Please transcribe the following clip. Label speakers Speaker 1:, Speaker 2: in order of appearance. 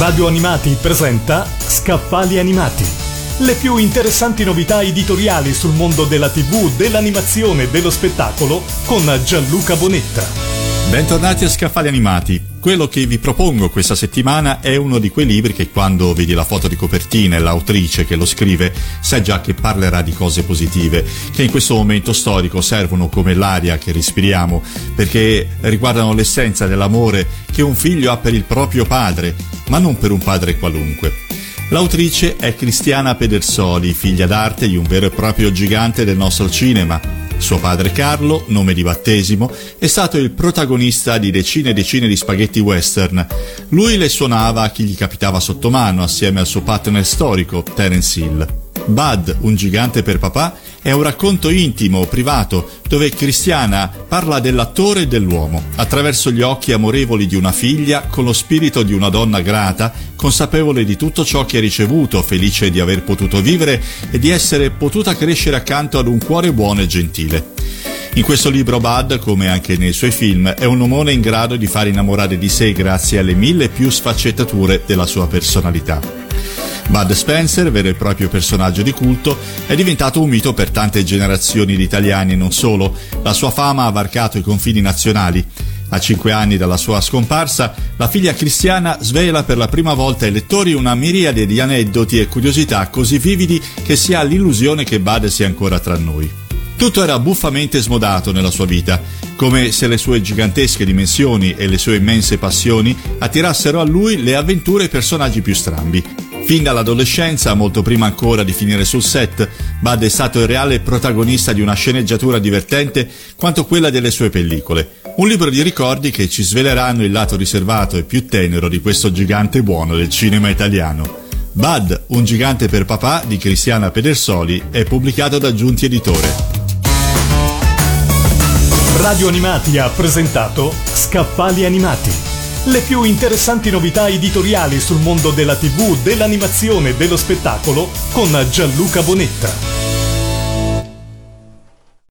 Speaker 1: Radio Animati presenta Scaffali Animati. Le più interessanti novità editoriali sul mondo della TV, dell'animazione e dello spettacolo con Gianluca Bonetta.
Speaker 2: Bentornati a Scaffali Animati. Quello che vi propongo questa settimana è uno di quei libri che quando vedi la foto di copertina e l'autrice che lo scrive, sai già che parlerà di cose positive, che in questo momento storico servono come l'aria che respiriamo, perché riguardano l'essenza dell'amore che un figlio ha per il proprio padre, ma non per un padre qualunque. L'autrice è Cristiana Pedersoli, figlia d'arte di un vero e proprio gigante del nostro cinema. Suo padre Carlo, nome di battesimo, è stato il protagonista di decine e decine di spaghetti western. Lui le suonava a chi gli capitava sotto mano, assieme al suo partner storico, Terence Hill. Bud, un gigante per papà, è un racconto intimo, privato, dove Cristiana parla dell'attore e dell'uomo, attraverso gli occhi amorevoli di una figlia, con lo spirito di una donna grata, consapevole di tutto ciò che ha ricevuto, felice di aver potuto vivere e di essere potuta crescere accanto ad un cuore buono e gentile. In questo libro Bud, come anche nei suoi film, è un omone in grado di far innamorare di sé grazie alle mille più sfaccettature della sua personalità. Bud Spencer, vero e proprio personaggio di culto, è diventato un mito per tante generazioni di italiani e non solo. La sua fama ha varcato i confini nazionali. A 5 anni dalla sua scomparsa, la figlia Cristiana svela per la prima volta ai lettori una miriade di aneddoti e curiosità così vividi che si ha l'illusione che Bud sia ancora tra noi. Tutto era buffamente smodato nella sua vita, come se le sue gigantesche dimensioni e le sue immense passioni attirassero a lui le avventure e i personaggi più strambi. Fin dall'adolescenza, molto prima ancora di finire sul set, Bud è stato il reale protagonista di una sceneggiatura divertente quanto quella delle sue pellicole. Un libro di ricordi che ci sveleranno il lato riservato e più tenero di questo gigante buono del cinema italiano. Bud, un gigante per papà di Cristiana Pedersoli, è pubblicato da Giunti Editore.
Speaker 1: Radio Animati ha presentato Scaffali Animati. Le più interessanti novità editoriali sul mondo della TV, dell'animazione e dello spettacolo con Gianluca Bonetta.